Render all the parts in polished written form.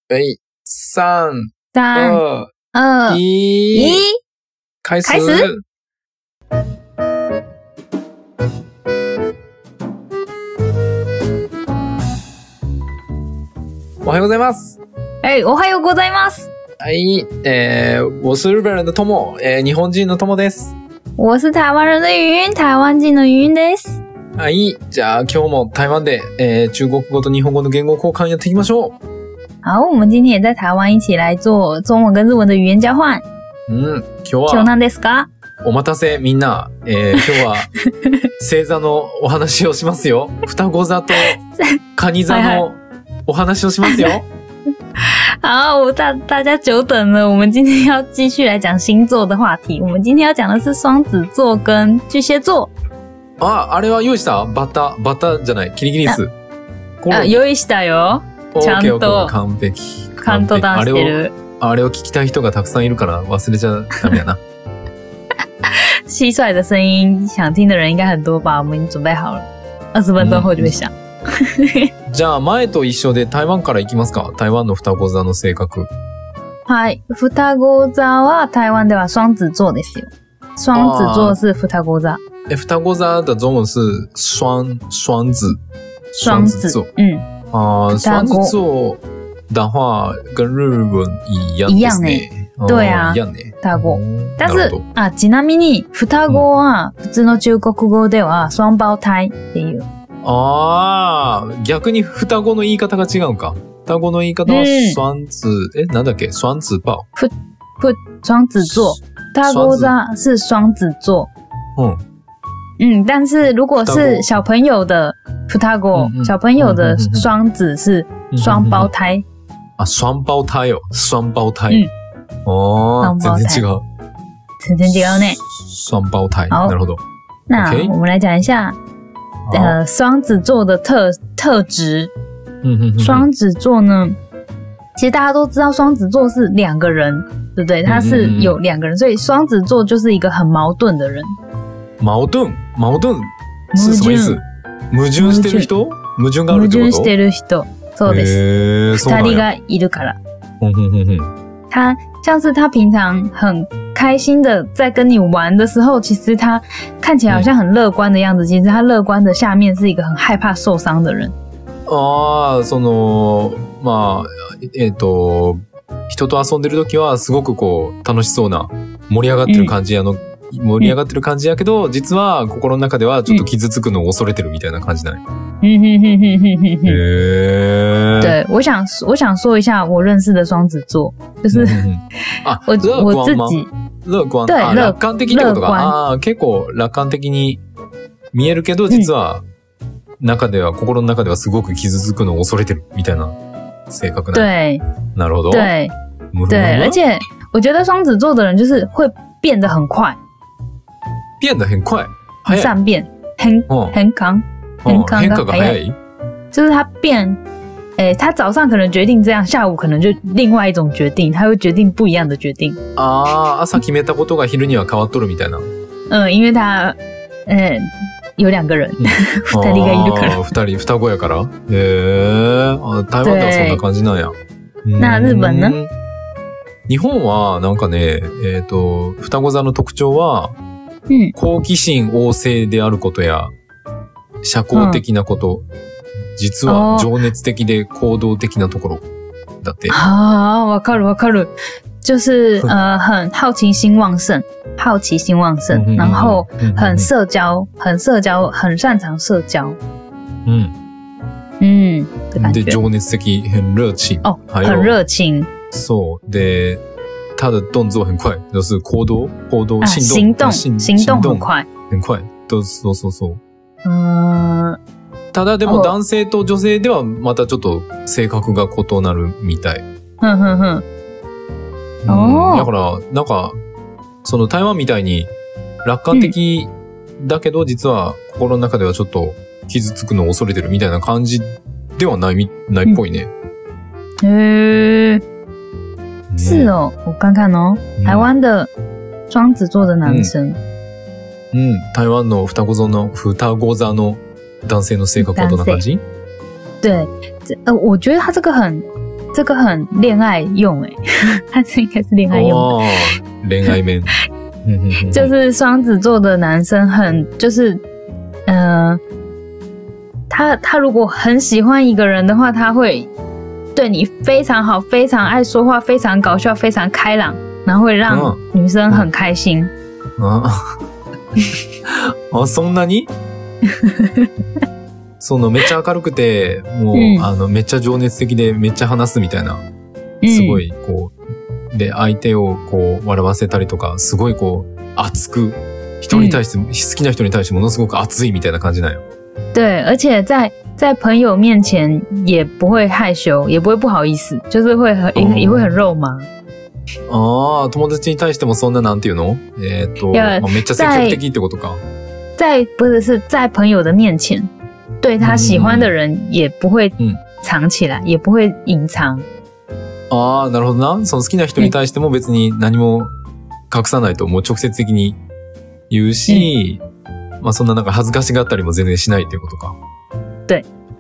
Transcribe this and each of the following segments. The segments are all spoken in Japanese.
哎，3、 3、 2、 2、 1， 1， 开始。 开始。 おはようございます。 おはようございます。 はい、我是日本人的友，日本人の友です。 我是台湾人的云，台湾人的云です。 はい、じゃあ今日も台湾で、中国語と日本語の言語交換やっていきましょう。 好，我们今天也在台湾一起来做中文跟日文的语言交换。 今日は。 今日何ですか？ お待たせみんな、今日は星座のお話をしますよ。双子座と蟹座のお話をしますよ。 好，大家久等了，我们今天要继续来讲星座的话题。我们今天要讲的是双子座跟巨蟹座。 あれは用意した？バタじゃない、キリギリス。 用意したよ。ちゃんと完璧。 カウントダウンしてる。 あれを聞きたい人がたくさんいるから忘れちゃダメやな。 蟋蟀的声音想听的人应该很多吧？我们已经准备好了，20分钟后就会响。 じゃあ前と一緒で台湾から行きますか？台湾の双子座の性格。 はい。双子座は台湾では双子座ですよ。双子座是双子座。 双子座的中文是双子座。双子座的话跟日文一样ですね。 对啊，双子。但是ちなみに双子は普通の中国語では双胞胎っていう。 逆に双子の言い方が違うんか。双子の言い方は双子、なんだっけ？双子豹。 双子座。双子座是双子座。但是如果是小朋友的双子，小朋友的双子是双胞胎。 双胞胎よ。双胞胎。全然違う。 全然違うね。 双胞胎。なるほど。 那我们来讲一下双子座的特质。双子座呢，其实大家都知道双子座是两个人，对不对？他是有两个人，所以双子座就是一个很矛盾的人。矛盾是什么意思？矛盾してる人？矛盾があるってこと？矛盾してる人。そうです。二人がいるから。他像是他平常很开心的在跟你玩的时候，其实他看起来好像很乐观的样子，其实他乐观的下面是一个很害怕受伤的人。 人と遊んでる時はすごくこう楽しそうな盛り上がってる感じやけど、実は心の中ではちょっと傷つくのを恐れてるみたいな感じない。 对，我想说一下我认识的双子座，就是我自己乐观。楽観的ってことか。結構楽観的に見えるけど、実は心の中ではすごく傷つくのを恐れてるみたいな性格な。 对， なるほど。 对，而且我觉得双子座的人就是会变得很快。 变得很快， 很善变，很康的早い。 就是他变，他早上可能决定这样，下午可能就另外一种决定，他会决定不一样的决定。 朝決めたことが昼には変わっとるみたいな。 因为他有两个人，二人がいるから。 双子やから。台湾ではそんな感じなんや。 那日本呢？ 日本はなんかね、双子座の特徴は。好奇心旺盛であることや社交的なこと、実は情熱的で行動的なところだって。 わかる。就是很好奇心旺盛，然后很社交，很擅长社交。 で情熱的、很热情。 很热情。 そうで。他的动作很快，就是行動行動很快。 そう。ただでも男性と女性ではまたちょっと性格が異なるみたい。だからなんかその台湾みたいに楽観的だけど実は心の中ではちょっと傷つくのを恐れてるみたいな感じではないっぽいね。 是哦，我看看哦，台湾的双子座的男生， 台湾の双子座の男性の性格はどんな感じ？ 对，我觉得他这个很这个很恋爱用它是应该是恋爱用哦，恋愛面。 就是双子座的男生很就是他如果很喜欢一个人的话，他会对你非常好，非常爱说话，非常搞笑，非常开朗，然后会让女生很开心。 そんなにそのめっちゃ明るくてもう、めっちゃ情熱的でめっちゃ話すみたいな、すごいこうで相手をこう笑わせたりとか、すごいこう熱く人に対して、好きな人に対してものすごく熱いみたいな感じなんよ。 对，而且在朋友面前也不会害羞，也不会不好意思，就是会也会很肉麻。 友達に対してもそんななんていうの？めっちゃ積極的ってことか。 不是在朋友的面前，对他喜欢的人也不会藏起来，也不会隐藏。 なるほどな。その好きな人に対しても別に何も隠さないと、もう直接的に言うし、まあそんななんか恥ずかしがったりも全然しないっていうことか。 对。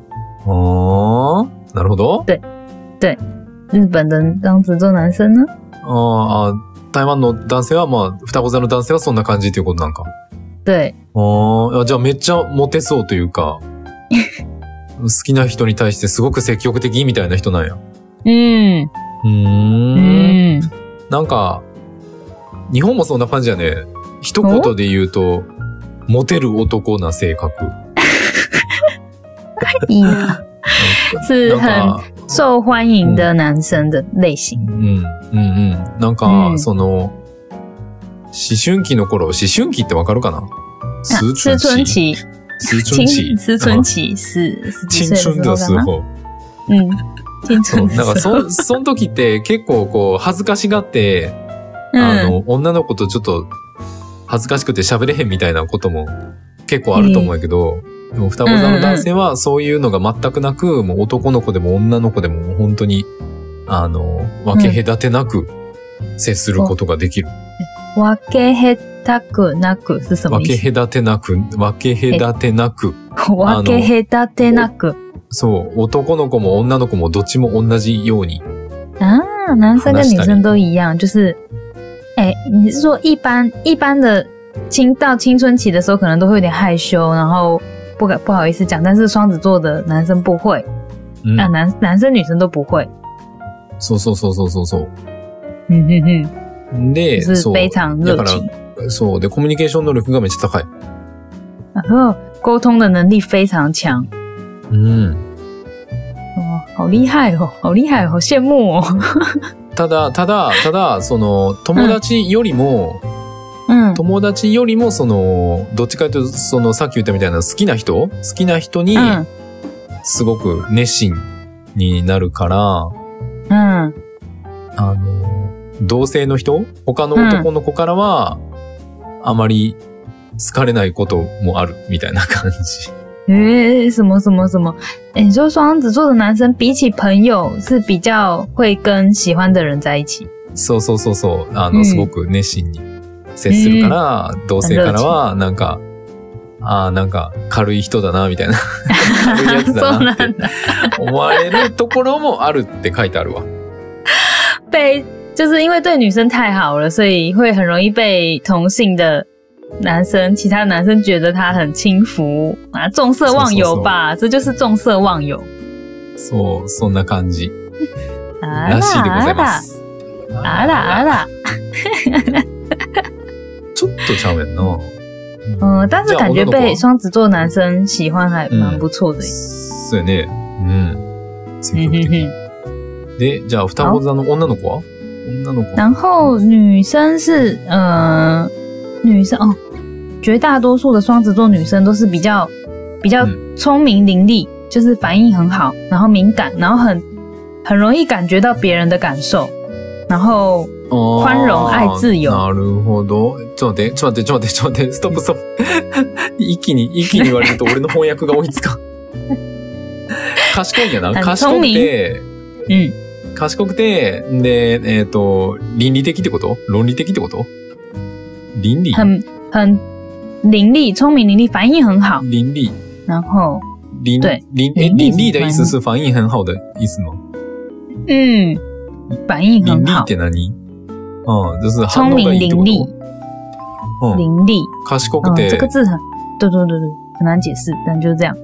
なるほど。 对。对。日本的双子座男生呢？ 台湾の男性はまあ双子座の男性はそんな感じっていうことなんか。 对。 じゃあめっちゃモテそうというか、好きな人に対してすごく積極的みたいな人なんや。なんか日本もそんな感じやね。一言で言うとモテる男な性格。 いいな。是很受欢迎的男生的类型。 なんか、その思春期の頃、思春期ってわかるかな？ 思春期。 思春期。 思春期是青春的时候。 青春的時候。 なんかその時って結構こう恥ずかしがって、女の子とちょっと恥ずかしくて喋れへんみたいなことも結構あると思うんやけど、でも双子座の男性はそういうのが全くなく、もう男の子でも女の子でも本当に分け隔てなく接することができる。 分け隔なく是什么意思？ 分け隔てなく。分け隔てなく。 分け隔てなく。 そう、男の子も女の子もどっちも同じように。 男生跟女生都一样，就是你是说一般的到青春期的时候可能都会有点害羞，然后不好意思讲，但是双子座的男生不会。男生女生都不会。 そうそうそうそうそう。 で、就是非常热情。 そうで、コミュニケーション能力がめっちゃ高い。 沟通的能力非常强。好厉害哦，好厉害哦，好羡慕哦。 ただその友達よりも、そのどっちかというとそのさっき言ったみたいな好きな人にすごく熱心になるから、同性の人、他の男の子からはあまり好かれないこともあるみたいな感じ。 什么？你说双子座的男生比起朋友是比较会跟喜欢的人在一起。 そう。すごく熱心に接するから、同性からはなんか軽い人だなみたいな軽いやつだなって思われるところもあるって書いてあるわ。 就是因为对女生太好了，所以会很容易被同性的男生，其他男生觉得他很轻浮啊，重色忘友吧，这就是重色忘友。 そう、そんな感じらしいでございます。 あら。 ちょっとちゃうやんな。 但是感觉被双子座男生喜欢还蛮不错的。 そうやね。積極的。で、じゃあ双子座の女の子は？ 然后女生是绝大多数的双子座女生都是比较聪明伶俐，就是反应很好，然后敏感，然后很容易感觉到别人的感受，然后宽容爱自由。 なるほど。ちょっと待って、ストップ。一気に言われると俺の翻訳が追いつかん。賢いんやな。賢くて、で、倫理的ってこと？論理的ってこと？倫理？ 很伶俐，聪明伶俐，反应很好。 伶俐。 然后， 伶俐的意思是反应很好的意思吗？ 反应很好。 伶俐って何？就是聪明伶俐。伶俐。 賢くて。 这个字很，对，很难解释，但就是这样。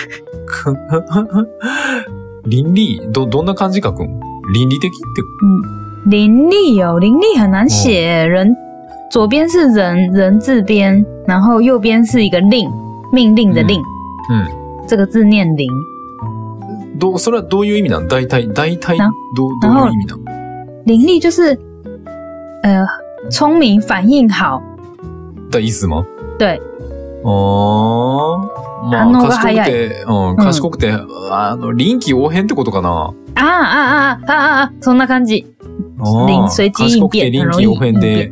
伶俐どんな漢字書くん？倫理的って。 伶俐哦，伶俐很难写。人左边是人字边，然后右边是一个令，命令的令。这个字念伶。 それはどういう意味なの？大体どういう意味なの？ 伶俐就是聪明反应好的意思吗？ 对。 まあ賢くて臨機応変ってことかな。 そんな感じ。随机应变， 臨機応変で。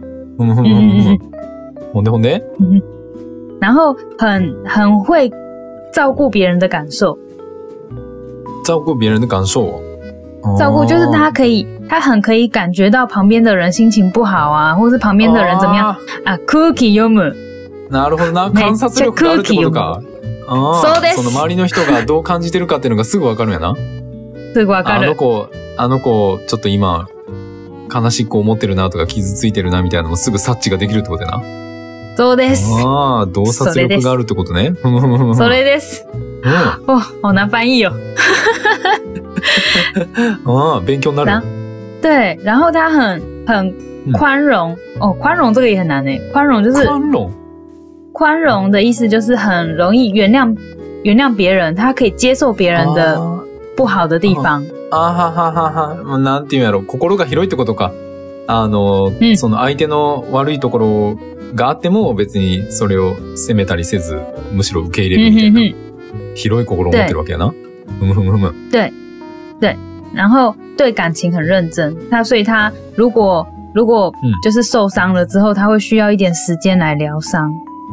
ほんで？ 然后很会照顾别人的感受。 照顾别人的感受。 照顾就是他很可以感觉到旁边的人心情不好啊，或是旁边的人怎么样啊。空気読む。 なるほどな、観察力があるってことか。 そうです。 その周りの人がどう感じてるかっていうのがすぐわかるんやな。 すぐわかる。 あの子ちょっと今悲しく思ってるなとか傷ついてるなみたいなのもすぐ察知ができるってことやな。 そうです。 洞察力があるってことね。 それです。好难翻译哦。 勉強になる。 对，然后他很宽容。宽容这个也很难诶。宽容就是宽容的意思就是很容易原谅别人，他可以接受别人的不好的地方。 なんていうんやろ、心が広いってことか。その相手の悪いところがあっても別にそれを責めたりせず、むしろ受け入れるみたいな。広い心を持ってるわけやな。 对，然后对感情很认真。所以他如果就是受伤了之后，他会需要一点时间来疗伤。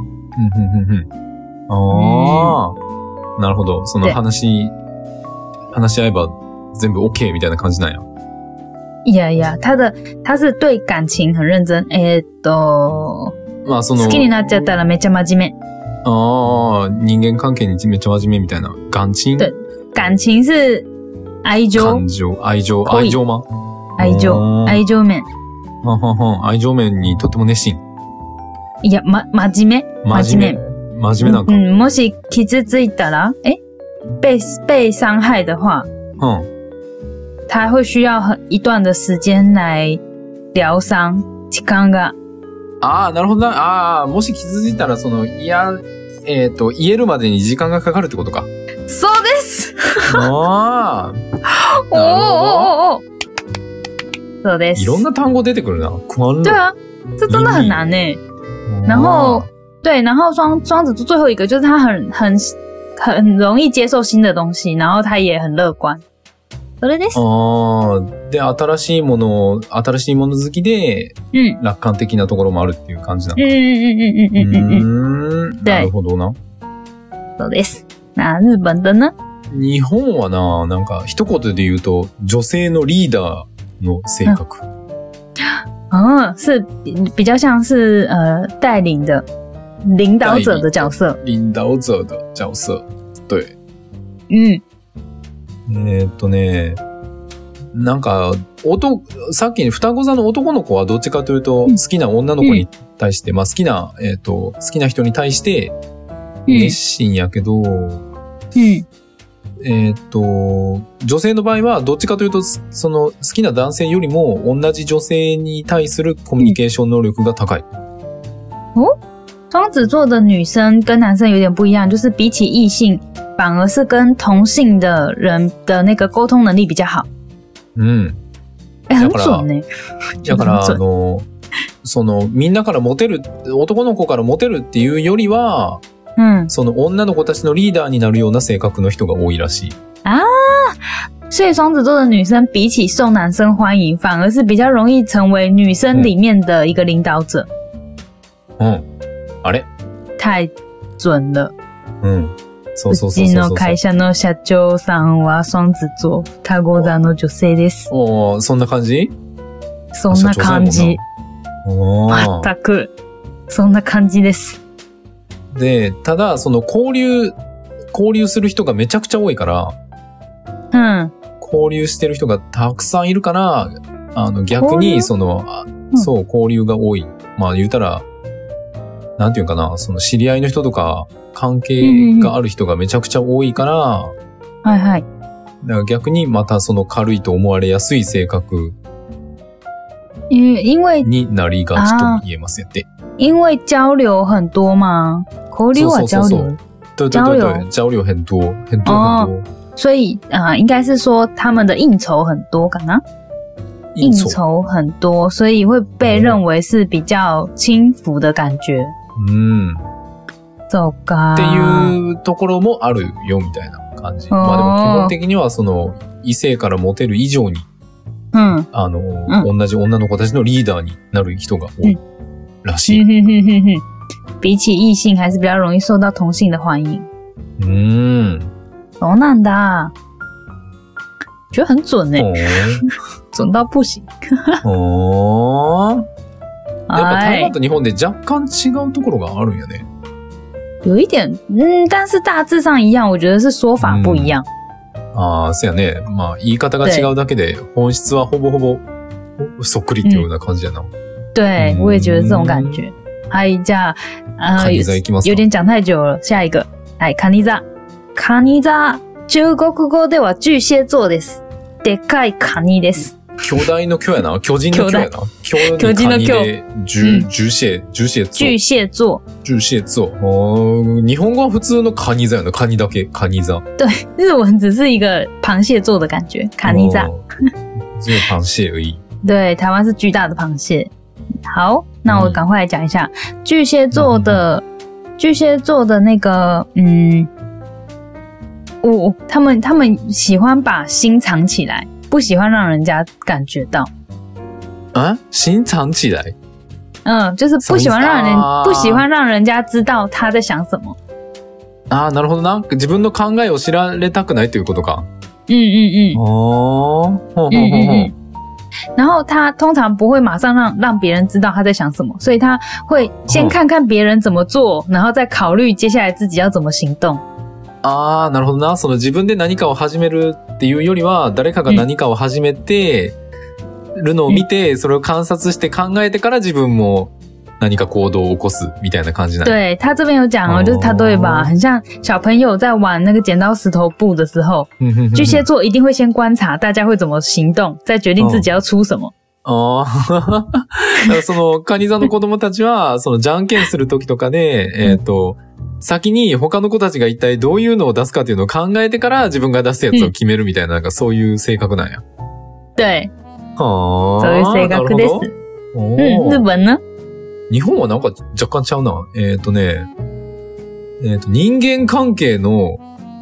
なるほど。その話し合えば全部 OK みたいな感じなんや。いや、他是对感情很认真。 まあ好きになっちゃったらめっちゃ真面目。 人間関係にめっちゃ真面目みたいな。感情？ 对，感情是愛情。 愛情吗？ 愛情面。 愛情面にとっても熱心。 いや、真面目なんか。もし傷ついたら，被伤害的话，他会需要一段的时间来療傷。時間が。 なるほどな。もし傷ついたら言えるまでに時間がかかるってことか。 そうです。そうです。 いろんな単語出てくるな。 对啊，这真的很难欸。然后双子座最后一个就是他很容易接受新的东西，然后他也很乐观。それです。 で、新しいもの好きで、楽観的なところもあるっていう感じなのか。なるほどな。 そうです。那日本的呢？ 日本はなんか一言で言うと、女性のリーダーの性格。 是比较像是带领的领导者的角色。 领导者的角色。对。なんか、さっきに双子座の男の子はどっちかというと、好きな女の子に対して、好きな人に対して、熱心やけど、女性の場合はどっちかというと、その好きな男性よりも同じ女性に対するコミュニケーション能力が高い。 双子座的女生跟男生有点不一样，就是比起异性，反而是跟同性的人的那个沟通能力比较好。很准ね。 だからみんなからモテる、男の子からモテるっていうよりは、その女の子たちのリーダーになるような性格の人が多いらしい。 所以双子座的女生比起受男生欢迎，反而是比较容易成为女生里面的一个领导者。 あれ？ 太准了。 そう。 うちの会社の社長さんは双子座、双子座の女性です。 そんな感じ？ そんな感じ。全くそんな感じです。 で、ただその交流する人がめちゃくちゃ多いから、 交流してる人がたくさんいるから、逆に、そう、交流が多い。まあ言うたら、なんていうかな、その知り合いの人とか、関係がある人がめちゃくちゃ多いから、 はいはい。 だから逆にまたその軽いと思われやすい性格になりがちと言えますよって。 因为交流很多嘛，交流啊交流， 对对对对，交流很多很多很多。 所以应该是说他们的应酬很多かな？应酬很多，所以会被认为是比较轻浮的感觉。 嗯。 そうか。 っていうところもあるよみたいな感じ。まあでも基本的にはその異性からモテる以上に、同じ女の子たちのリーダーになる人が多いらしい。 比起异性还是比较容易受到同性的欢迎。そうなんだ。觉得很准欸。准到不行。 やっぱ台湾と日本で若干違うところがあるんやね。 有一点，但是大致上一样，我觉得是说法不一样。 そうやね。まあ、言い方が違うだけで、本質はほぼほぼそっくりっていうような感じやな。 对，我也觉得这种感觉。はい、じゃあ、 カニ座行きますか。 有点讲太久了。下一个，はい、カニ座。カニ座、中国語では巨蟹座です。でかいカニです。 巨大の巨やな。巨人の巨やな。 巨人の巨。 巨蟹座。巨蟹座。日本語は普通のカニ座やな。カニだけ。カニ座。 对，日文只是一个螃蟹座的感觉。カニ座。 只有螃蟹而已。 对，台湾是巨大的螃蟹。好，那我赶快来讲一下巨蟹座的那个，他们喜欢把心藏起来。不喜欢让人家感觉到心藏起来。 就是不喜欢让人家知道他在想什么。 なるほどな。自分の考えを知られたくないということか。 然后他通常不会马上让别人知道他在想什么，所以他会先看看别人怎么做，然后再考虑接下来自己要怎么行动。 なるほどな。その自分で何かを始めるっていうよりは、誰かが何かを始めてるのを見て、それを観察して考えてから自分も何か行動を起こすみたいな感じなん。 对，他这边有讲就是他对吧，很像小朋友在玩那个剪刀石头布的时候，巨蟹座一定会先观察大家会怎么行动，再决定自己要出什么。 そのカニ座の子供たちは、そのじゃんけんする時とかで、先に他の子たちが一体どういうのを出すかっていうのを考えてから自分が出すやつを決めるみたいな、なんかそういう性格なんや。 对。そういう性格です。日本呢？ 日本はなんか若干ちゃうな。人間関係の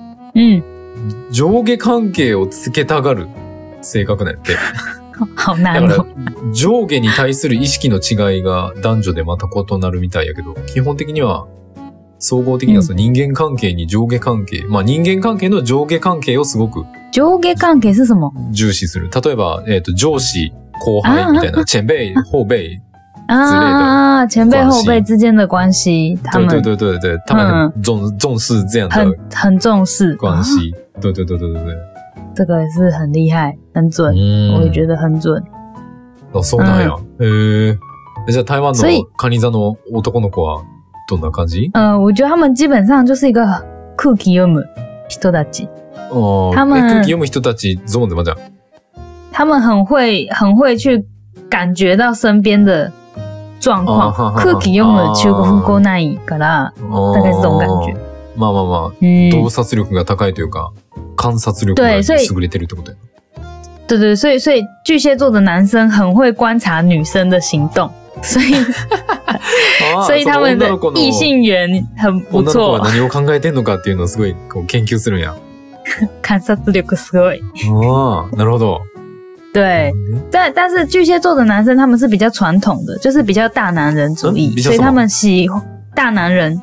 上下関係をつけたがる性格なんやって。 好難の。 だから上下に対する意識の違いが男女でまた異なるみたいやけど、基本的には総合的にはその人間関係に上下関係、まあ人間関係の上下関係をすごく上下関係是什么？ 重視する。例えば、上司、後輩みたいな、前輩、後輩前辈后辈之间的关系，他们对，他们很重视这样的很重视关系。对， 这个也是很厉害，很准，我也觉得很准。 そうなんや。じゃあ台湾のカニ座の男の子はどんな感じ？ 我觉得他们基本上就是一个空気読む人たち。 他们空気読む人たち怎么讲？ 他们很会去感觉到身边的状况。空気読む中国語ないから大概是这种感觉。 まあ、洞察力が高いというか観察力が優れてるってことや。 对，所以巨蟹座的男生很会观察女生的行动。所以他们的異性緣很不錯。 女の子は何を考えてんのかっていうのをすごいこう研究するんや。 観察力すごい。 なるほど。 对，但是巨蟹座的男生他们是比较传统的，就是比较大男人主义，所以他们喜欢大男人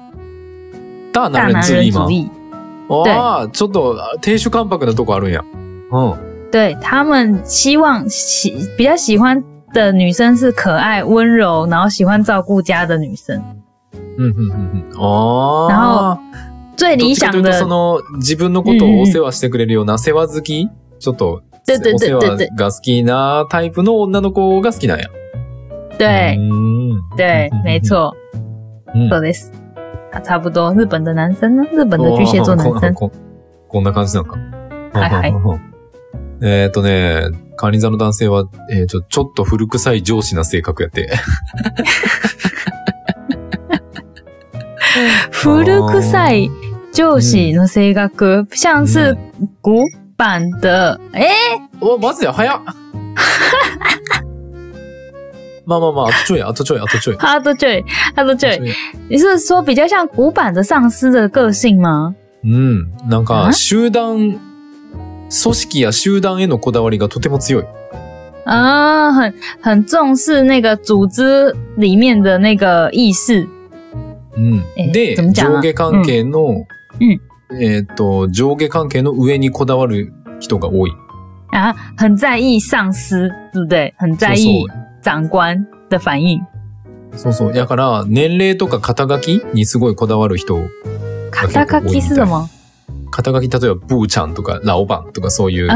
主義。 对，ちょっと亭主関白なとこあるんや。 对，他们比较喜欢的女生是可爱温柔，然后喜欢照顧家的女生。然後最理想的どっちかというとその自分のことをお世話してくれるような世話好き、ちょっと对对お世話对对对が好きなタイプの女の子が好きなんや。 对对， 嗯没错，そうです。差不多。日本的男生呢？日本的巨蟹座男生。 こんな感じなのか。 はいはい。 カニ座の男性は、ちょっと古臭い上司な性格やって。 古臭い上司の性格，像是古板的。 お、マジや、早っ。まあ、あとちょい。 他都对。你是说比较像古板的上司的个性吗？ なんか、組織や集団へのこだわりがとても強い。 啊，很重视那个组织里面的那个意识。 で、上下関係の、上下関係の上にこだわる人が多い。 啊，很在意上司，对不对？很在意長官的反應。 そう。だから、年齢とか肩書きにすごいこだわる人。 肩書き是什么？ 肩書き、例えば、ブーちゃんとか、ラオバンとかそういう。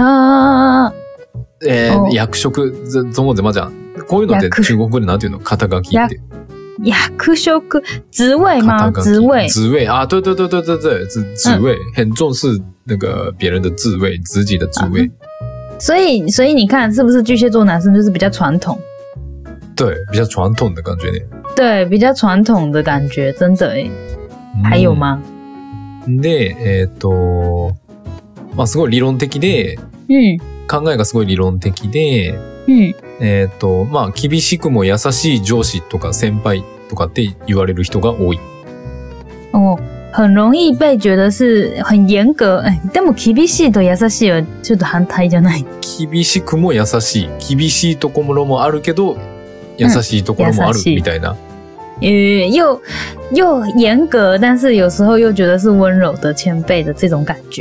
役職、怎么讲？こういうのって中国語でなんていうの？肩書きって。 役職、职位吗？职位啊，对，职位很重视那个别人的职位，自己的职位。 所以你看，是不是巨蟹座男生就是比较传統？ 对，比较传统的感觉呢。 对，比较传統的感觉，真的耶。还有吗？ で、まあすごい理論的で、考えがすごい理論的で、まあ厳しくも優しい上司とか先輩とかって言われる人が多い。 很容易被觉得是很严格。でも厳しいと優しいはちょっと反対じゃない？ 厳しくも優しい。厳しいところもあるけど、優しいところもあるみたいな。 又严格，但是有时候又觉得是温柔的前辈的这种感觉。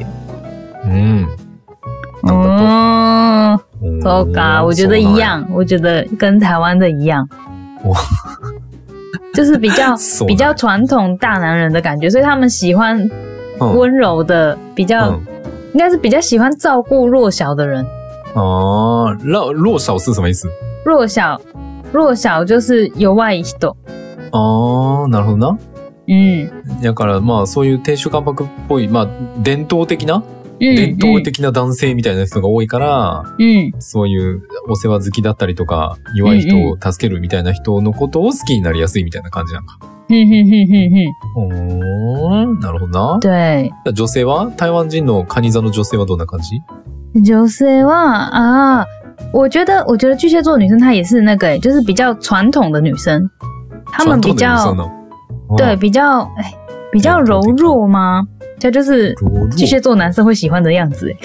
そうか，我觉得一样，我觉得跟台湾的一样。就是比较传统大男人的感觉，所以他们喜欢温柔的，应该是比较喜欢照顾弱小的人。 弱小是什么意思？ 弱小就是弱い人。 なるほどな。だからまあそういう亭主関白っぽい、まあ伝統的な男性みたいな人が多いから、そういうお世話好きだったりとか、弱い人を助けるみたいな人のことを好きになりやすいみたいな感じなんか。なるほどな。 对。 女性は台湾人のカニ座の女性はどんな感じ？ 女性は我觉得巨蟹座女生她也是那个，就是比较传统的女生，她们比较对比较柔弱吗？这就是巨蟹座男生会喜欢的样子。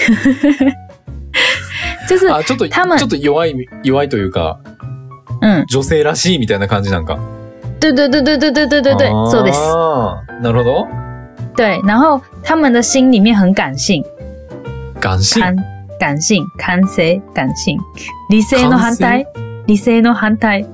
就是他们ちょっと弱いというか、女性らしいみたいな感じなんか。 对，そうです。 なるほど。 对，然後他们的心里面很感性。 感性。 感性，感性。理性の反対。理性の反対。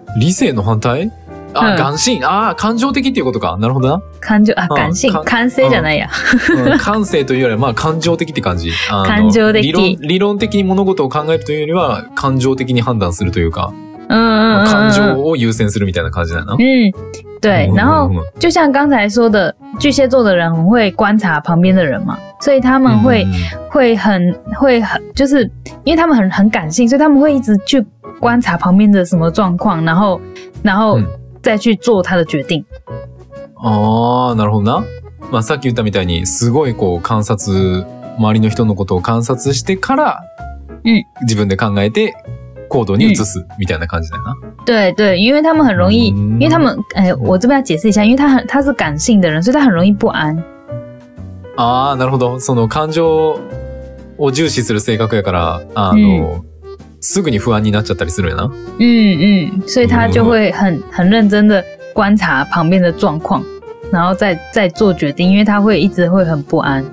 感性。感情的っていうことか。なるほどな。感性。感性じゃないや。 感性というよりは、まあ感情的って感じ。 感情的。 理論的に物事を考えるというよりは、感情的に判断するというか。感情を優先するみたいな感じだな。 对。然后就像刚才说的，巨蟹座的人很会观察旁边的人嘛，所以他们会很就是因为他们很感性，所以他们会一直去观察旁边的什么状况，然后再去做他的決定。 なるほどな。まあさっき言ったみたいにすごいこう周りの人のことを観察してから、自分で考えて行動に移すみたいな感じだよな。 对，因为他们很容易，因为他们我这边要解释一下，因为他是感性的人，所以他很容易不安。 なるほど。その感情を重視する性格やから、すぐに不安になっちゃったりするよな。 所以他就会很认真的观察旁边的状况，然后再做决定，因为他一直会很不安。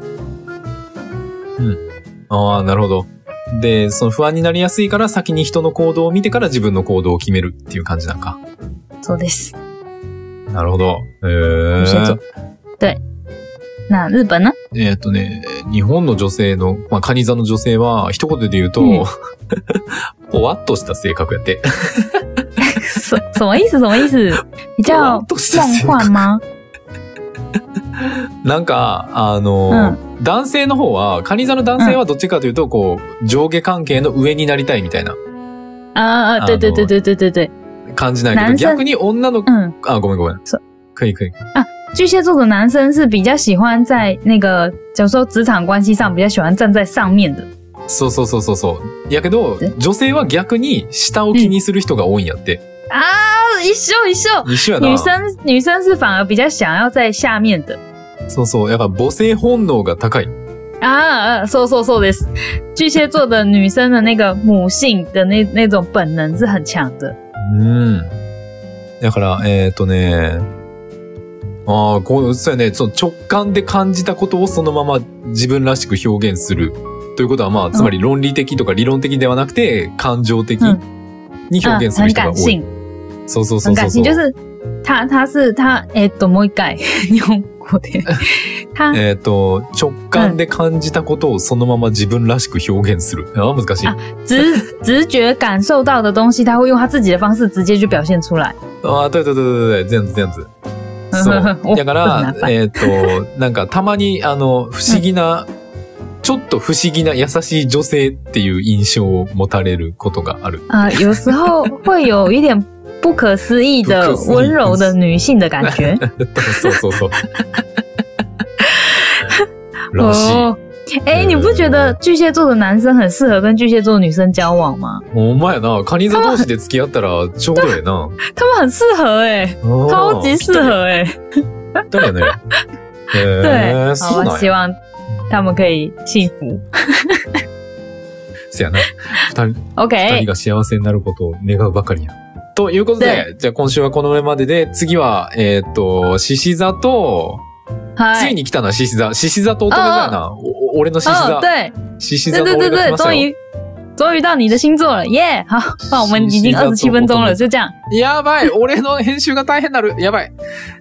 なるほど。で、その不安になりやすいから先に人の行動を見てから自分の行動を決めるっていう感じなんか。 そうです。 なるほど。 对。 那日本呢？ 日本の女性の、まあ、カニ座の女性は、一言で言うと、ぽわっとした性格やって。 什么意思？什么意思？比较梦幻吗？ なんか、男性の方は、カニ座の男性はどっちかというと、こう、上下関係の上になりたいみたいな。 对对对对对对对。 感じないけど、逆に女の、ごめん。可以。 巨蟹座的男生是比较喜欢在那个，假如说职場关系上比较喜欢站在上面的。 そう。やけど、女性は逆に下を気にする人が多いんやって。 一緒やな。女生是反而比较想要在下面的。 そう。やっぱ母性本能が高い。 そうです。巨蟹座的女生的那个母性的那种本能是很強的。 だから、そうやね、直感で感じたことをそのまま自分らしく表現する。ということは、まあ、つまり論理的とか理論的ではなくて、感情的に表現する人が多い。そう。 很感性，就是他もう一回日本語で。 直感で感じたことをそのまま自分らしく表現する。難しい。 直觉感受到的东西，他会用他自己的方式直接就表现出来。 对，这样子。そう。だから、なんかたまに、不思議な、ちょっと不思議な優しい女性っていう印象を持たれることがある。 有时候会有一点不可思议的温柔的女性的感觉。 そう。らしい。 你不觉得巨蟹座的男生很适合跟巨蟹座的女生交往吗？ ほんまやな。カニ座同士で付き合ったらちょうどええな。 他们很适合超級適合だよね。 对，好，我希望他们可以幸福。 せやな。二人が幸せになることを願うばかりや。ということで、じゃあ今週はこの上までで、次は、獅子座と、ついに来たな、獅子座。獅子座と乙女座やな。俺の獅子座。獅子座の俺が来ましたよ。 终于到你的星座了，耶！好，那我们已经27分钟了，就这样。 やばい、俺の編集が大変なる。やばい。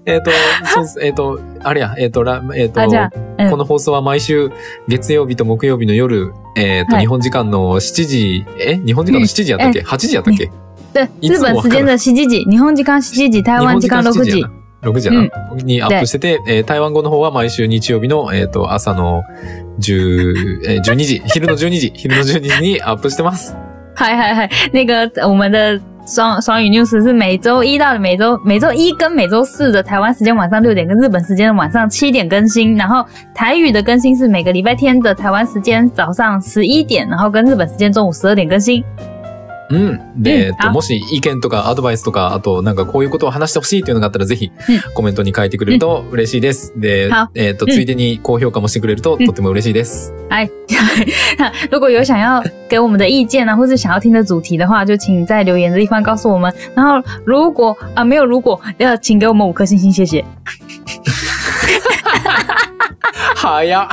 あれや、この放送は毎週月曜日と木曜日の夜、日本時間の7時、日本時間の7時やったっけ ?8 時やったっけ对，日本時間の7時、日本時間7時、台湾時間6時。 6時やな。にアップしてて、台湾語の方は毎週日曜日の、朝の12時、昼の12時にアップしてます。 はい。那个我们的双语 news 是每周一到每周一跟每周四的台湾时间晚上6点，跟日本时间晚上7点更新。然后台语的更新是每个礼拜天的台湾时间早上11点，然后跟日本时间中午12点更新。 で、もし意見とかアドバイスとか、あとなんかこういうことを話してほしいっていうのがあったらぜひコメントに書いてくれると嬉しいです。で、ついでに高評価もしてくれるととても嬉しいです。 如果有想要给我们的意见啊，或是想要听的主题的话，就请在留言的地方告诉我们。然后如果没有如果，请给我们5颗星星，谢谢。 早っ。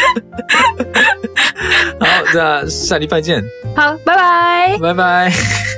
好，じゃあ下礼拜见。 好，拜拜。 拜拜。